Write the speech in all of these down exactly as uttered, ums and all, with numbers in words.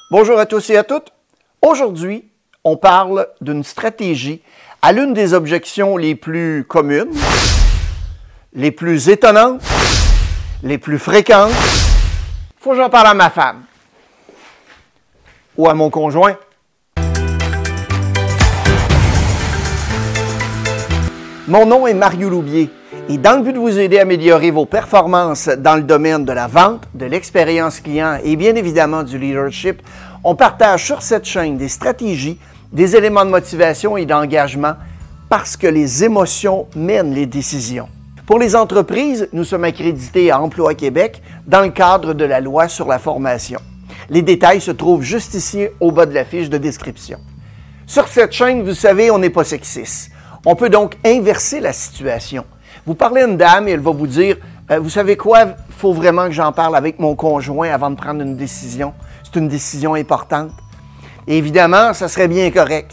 Bonjour à tous et à toutes. Aujourd'hui, on parle d'une stratégie à l'une des objections les plus communes, les plus étonnantes, les plus fréquentes. Faut que j'en parle à ma femme ou à mon conjoint. Mon nom est Mario Loubier et dans le but de vous aider à améliorer vos performances dans le domaine de la vente, de l'expérience client et bien évidemment du leadership, on partage sur cette chaîne des stratégies, des éléments de motivation et d'engagement parce que les émotions mènent les décisions. Pour les entreprises, nous sommes accrédités à Emploi Québec dans le cadre de la loi sur la formation. Les détails se trouvent juste ici au bas de la fiche de description. Sur cette chaîne, vous savez, on n'est pas sexiste. On peut donc inverser la situation. Vous parlez à une dame et elle va vous dire euh, « Vous savez quoi, il faut vraiment que j'en parle avec mon conjoint avant de prendre une décision. C'est une décision importante. » Et évidemment, ça serait bien correct.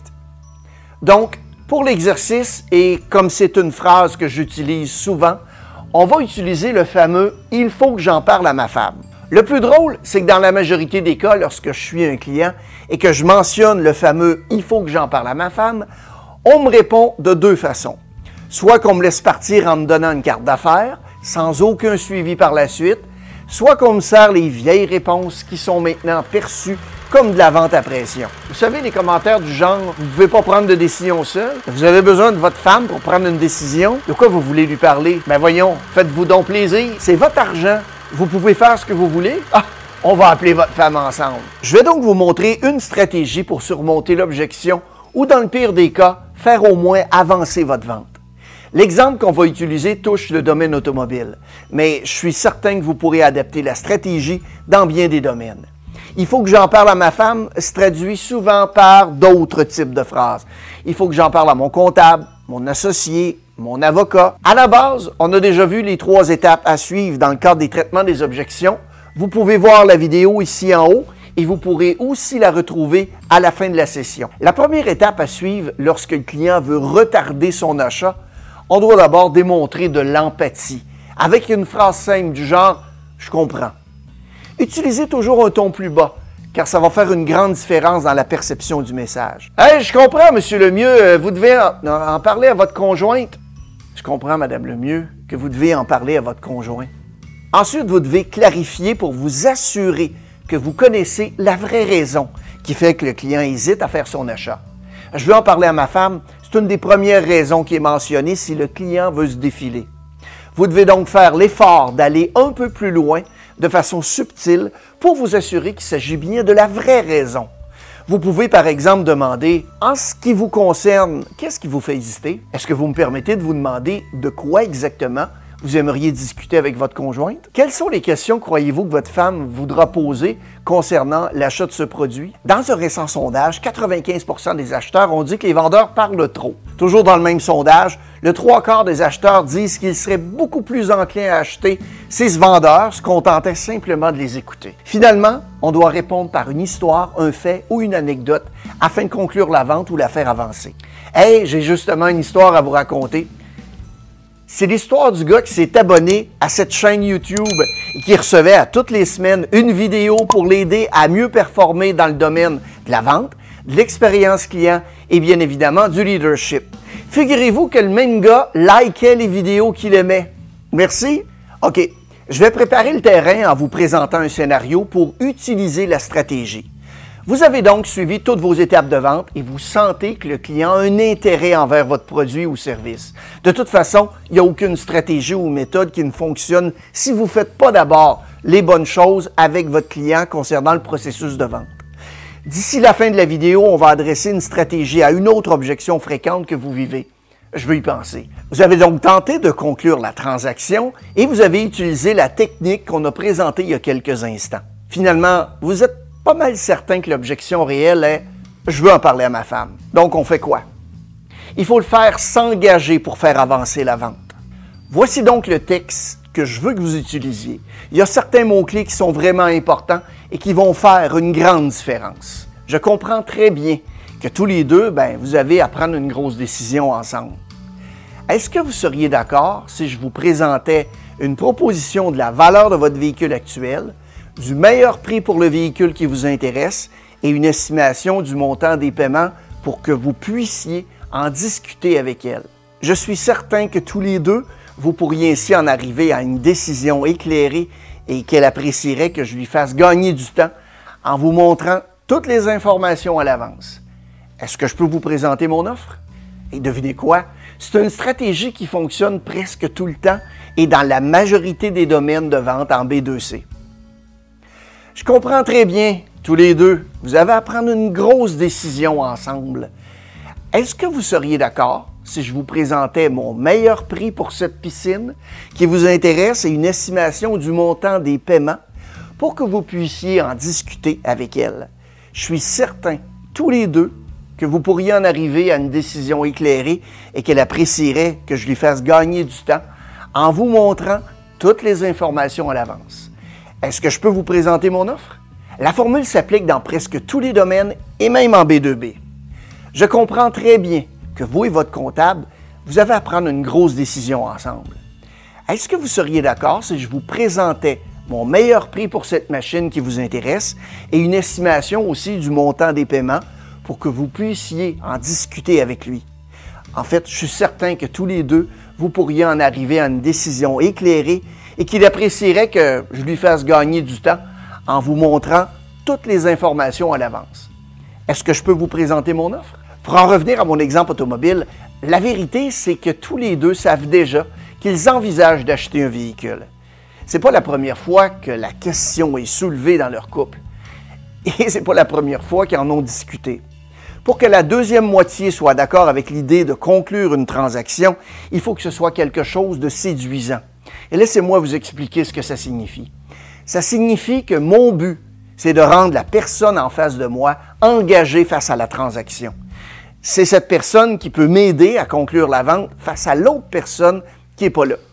Donc, pour l'exercice, et comme c'est une phrase que j'utilise souvent, on va utiliser le fameux « Il faut que j'en parle à ma femme ». Le plus drôle, c'est que dans la majorité des cas, lorsque je suis un client et que je mentionne le fameux « Il faut que j'en parle à ma femme », on me répond de deux façons. Soit qu'on me laisse partir en me donnant une carte d'affaires, sans aucun suivi par la suite, soit qu'on me sert les vieilles réponses qui sont maintenant perçues comme de la vente à pression. Vous savez, les commentaires du genre « Vous ne pouvez pas prendre de décision seul, vous avez besoin de votre femme pour prendre une décision, de quoi vous voulez lui parler? Ben voyons, faites-vous donc plaisir, c'est votre argent, vous pouvez faire ce que vous voulez. Ah, on va appeler votre femme ensemble. » Je vais donc vous montrer une stratégie pour surmonter l'objection ou dans le pire des cas, faire au moins avancer votre vente. L'exemple qu'on va utiliser touche le domaine automobile, mais je suis certain que vous pourrez adapter la stratégie dans bien des domaines. Il faut que j'en parle à ma femme se traduit souvent par d'autres types de phrases. Il faut que j'en parle à mon comptable, mon associé, mon avocat. À la base, on a déjà vu les trois étapes à suivre dans le cadre des traitements des objections. Vous pouvez voir la vidéo ici en haut et vous pourrez aussi la retrouver à la fin de la session. La première étape à suivre lorsque le client veut retarder son achat, on doit d'abord démontrer de l'empathie avec une phrase simple du genre « Je comprends ». Utilisez toujours un ton plus bas, car ça va faire une grande différence dans la perception du message. « Hey, je comprends, monsieur Lemieux, vous devez en, en parler à votre conjointe. »« Je comprends, madame Lemieux, que vous devez en parler à votre conjoint. » Ensuite, vous devez clarifier pour vous assurer que vous connaissez la vraie raison qui fait que le client hésite à faire son achat. Je veux en parler à ma femme, c'est une des premières raisons qui est mentionnée si le client veut se défiler. Vous devez donc faire l'effort d'aller un peu plus loin de façon subtile pour vous assurer qu'il s'agit bien de la vraie raison. Vous pouvez par exemple demander « En ce qui vous concerne, qu'est-ce qui vous fait hésiter? Est-ce que vous me permettez de vous demander de quoi exactement vous aimeriez discuter avec votre conjointe? Quelles sont les questions croyez-vous que votre femme voudra poser concernant l'achat de ce produit? » Dans un récent sondage, quatre-vingt-quinze pour cent des acheteurs ont dit que les vendeurs parlent trop. Toujours dans le même sondage, le trois quarts des acheteurs disent qu'ils seraient beaucoup plus enclins à acheter si ce vendeur se contentait simplement de les écouter. Finalement, on doit répondre par une histoire, un fait ou une anecdote afin de conclure la vente ou la faire avancer. « Hey, j'ai justement une histoire à vous raconter. » C'est l'histoire du gars qui s'est abonné à cette chaîne YouTube et qui recevait à toutes les semaines une vidéo pour l'aider à mieux performer dans le domaine de la vente, de l'expérience client et bien évidemment du leadership. Figurez-vous que le même gars likait les vidéos qu'il aimait. Merci? OK, je vais préparer le terrain en vous présentant un scénario pour utiliser la stratégie. Vous avez donc suivi toutes vos étapes de vente et vous sentez que le client a un intérêt envers votre produit ou service. De toute façon, il n'y a aucune stratégie ou méthode qui ne fonctionne si vous ne faites pas d'abord les bonnes choses avec votre client concernant le processus de vente. D'ici la fin de la vidéo, on va adresser une stratégie à une autre objection fréquente que vous vivez. Je veux y penser. Vous avez donc tenté de conclure la transaction et vous avez utilisé la technique qu'on a présentée il y a quelques instants. Finalement, vous êtes pas mal certain que l'objection réelle est « je veux en parler à ma femme ». Donc, on fait quoi? Il faut le faire s'engager pour faire avancer la vente. Voici donc le texte que je veux que vous utilisiez. Il y a certains mots-clés qui sont vraiment importants et qui vont faire une grande différence. Je comprends très bien que tous les deux, ben, vous avez à prendre une grosse décision ensemble. Est-ce que vous seriez d'accord si je vous présentais une proposition de la valeur de votre véhicule actuel, du meilleur prix pour le véhicule qui vous intéresse et une estimation du montant des paiements pour que vous puissiez en discuter avec elle. Je suis certain que tous les deux, vous pourriez ainsi en arriver à une décision éclairée et qu'elle apprécierait que je lui fasse gagner du temps en vous montrant toutes les informations à l'avance. Est-ce que je peux vous présenter mon offre? Et devinez quoi? C'est une stratégie qui fonctionne presque tout le temps et dans la majorité des domaines de vente en B deux C. Je comprends très bien, tous les deux, vous avez à prendre une grosse décision ensemble. Est-ce que vous seriez d'accord si je vous présentais mon meilleur prix pour cette piscine qui vous intéresse et une estimation du montant des paiements pour que vous puissiez en discuter avec elle? Je suis certain, tous les deux, que vous pourriez en arriver à une décision éclairée et qu'elle apprécierait que je lui fasse gagner du temps en vous montrant toutes les informations à l'avance. Est-ce que je peux vous présenter mon offre? La formule s'applique dans presque tous les domaines et même en B deux B. Je comprends très bien que vous et votre comptable, vous avez à prendre une grosse décision ensemble. Est-ce que vous seriez d'accord si je vous présentais mon meilleur prix pour cette machine qui vous intéresse et une estimation aussi du montant des paiements pour que vous puissiez en discuter avec lui? En fait, je suis certain que tous les deux, vous pourriez en arriver à une décision éclairée et qu'il apprécierait que je lui fasse gagner du temps en vous montrant toutes les informations à l'avance. Est-ce que je peux vous présenter mon offre? Pour en revenir à mon exemple automobile, la vérité, c'est que tous les deux savent déjà qu'ils envisagent d'acheter un véhicule. Ce n'est pas la première fois que la question est soulevée dans leur couple. Et ce n'est pas la première fois qu'ils en ont discuté. Pour que la deuxième moitié soit d'accord avec l'idée de conclure une transaction, il faut que ce soit quelque chose de séduisant. Et laissez-moi vous expliquer ce que ça signifie. Ça signifie que mon but, c'est de rendre la personne en face de moi engagée face à la transaction. C'est cette personne qui peut m'aider à conclure la vente face à l'autre personne qui n'est pas là.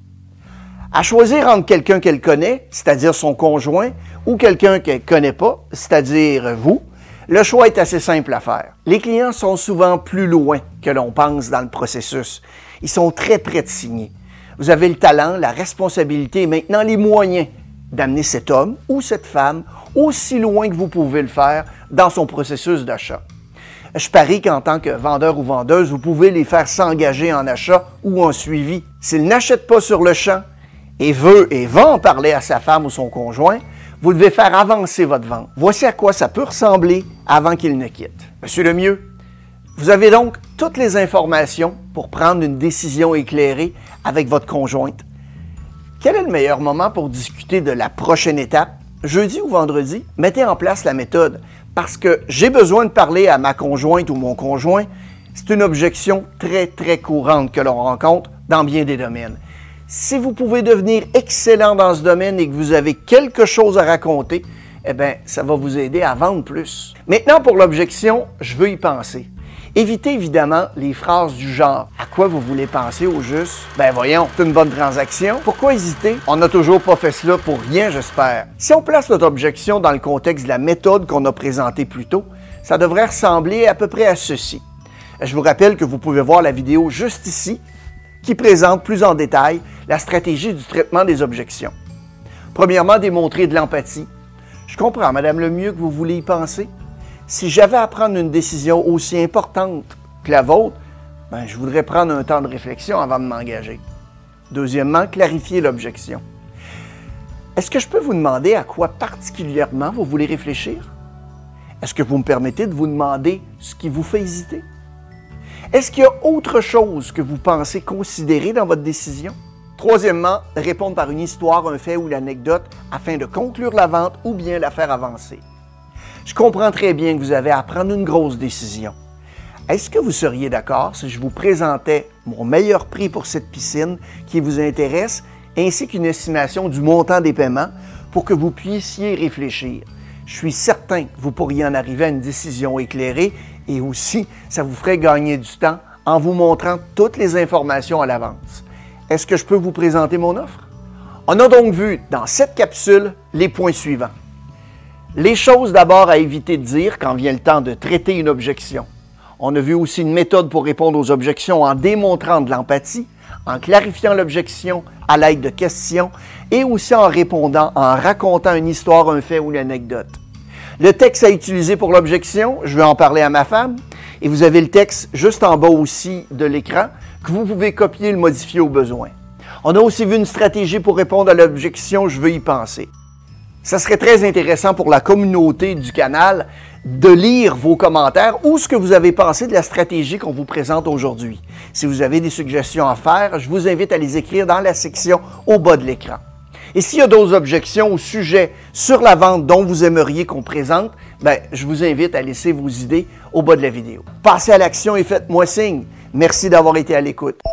À choisir entre quelqu'un qu'elle connaît, c'est-à-dire son conjoint, ou quelqu'un qu'elle ne connaît pas, c'est-à-dire vous, le choix est assez simple à faire. Les clients sont souvent plus loin que l'on pense dans le processus. Ils sont très près de signer. Vous avez le talent, la responsabilité et maintenant les moyens d'amener cet homme ou cette femme aussi loin que vous pouvez le faire dans son processus d'achat. Je parie qu'en tant que vendeur ou vendeuse, vous pouvez les faire s'engager en achat ou en suivi. S'ils n'achètent pas sur le champ et veut et va en parler à sa femme ou son conjoint, vous devez faire avancer votre vente. Voici à quoi ça peut ressembler avant qu'il ne quitte. Monsieur Lemieux, vous avez donc toutes les informations pour prendre une décision éclairée avec votre conjointe. Quel est le meilleur moment pour discuter de la prochaine étape? Jeudi ou vendredi? Mettez en place la méthode parce que j'ai besoin de parler à ma conjointe ou mon conjoint. C'est une objection très, très courante que l'on rencontre dans bien des domaines. Si vous pouvez devenir excellent dans ce domaine et que vous avez quelque chose à raconter, eh bien, ça va vous aider à vendre plus. Maintenant, pour l'objection, je veux y penser. Évitez évidemment les phrases du genre « À quoi vous voulez penser au juste? » Ben voyons, c'est une bonne transaction. Pourquoi hésiter? On n'a toujours pas fait cela pour rien, j'espère. Si on place notre objection dans le contexte de la méthode qu'on a présentée plus tôt, ça devrait ressembler à peu près à ceci. Je vous rappelle que vous pouvez voir la vidéo juste ici qui présente plus en détail la stratégie du traitement des objections. Premièrement, démontrer de l'empathie. Je comprends, Madame Lemieux, que vous voulez y penser. Si j'avais à prendre une décision aussi importante que la vôtre, ben, je voudrais prendre un temps de réflexion avant de m'engager. Deuxièmement, clarifier l'objection. Est-ce que je peux vous demander à quoi particulièrement vous voulez réfléchir? Est-ce que vous me permettez de vous demander ce qui vous fait hésiter? Est-ce qu'il y a autre chose que vous pensez considérer dans votre décision? Troisièmement, répondre par une histoire, un fait ou l'anecdote afin de conclure la vente ou bien la faire avancer. Je comprends très bien que vous avez à prendre une grosse décision. Est-ce que vous seriez d'accord si je vous présentais mon meilleur prix pour cette piscine qui vous intéresse ainsi qu'une estimation du montant des paiements pour que vous puissiez réfléchir? Je suis certain que vous pourriez en arriver à une décision éclairée et aussi, ça vous ferait gagner du temps en vous montrant toutes les informations à l'avance. Est-ce que je peux vous présenter mon offre? On a donc vu dans cette capsule les points suivants. Les choses d'abord à éviter de dire quand vient le temps de traiter une objection. On a vu aussi une méthode pour répondre aux objections en démontrant de l'empathie, en clarifiant l'objection à l'aide de questions et aussi en répondant, en racontant une histoire, un fait ou une anecdote. Le texte à utiliser pour l'objection, je vais en parler à ma femme, et vous avez le texte juste en bas aussi de l'écran que vous pouvez copier et le modifier au besoin. On a aussi vu une stratégie pour répondre à l'objection « Je veux y penser ». Ça serait très intéressant pour la communauté du canal de lire vos commentaires ou ce que vous avez pensé de la stratégie qu'on vous présente aujourd'hui. Si vous avez des suggestions à faire, je vous invite à les écrire dans la section au bas de l'écran. Et s'il y a d'autres objections ou sujets sur la vente dont vous aimeriez qu'on présente, ben, je vous invite à laisser vos idées au bas de la vidéo. Passez à l'action et faites-moi signe. Merci d'avoir été à l'écoute.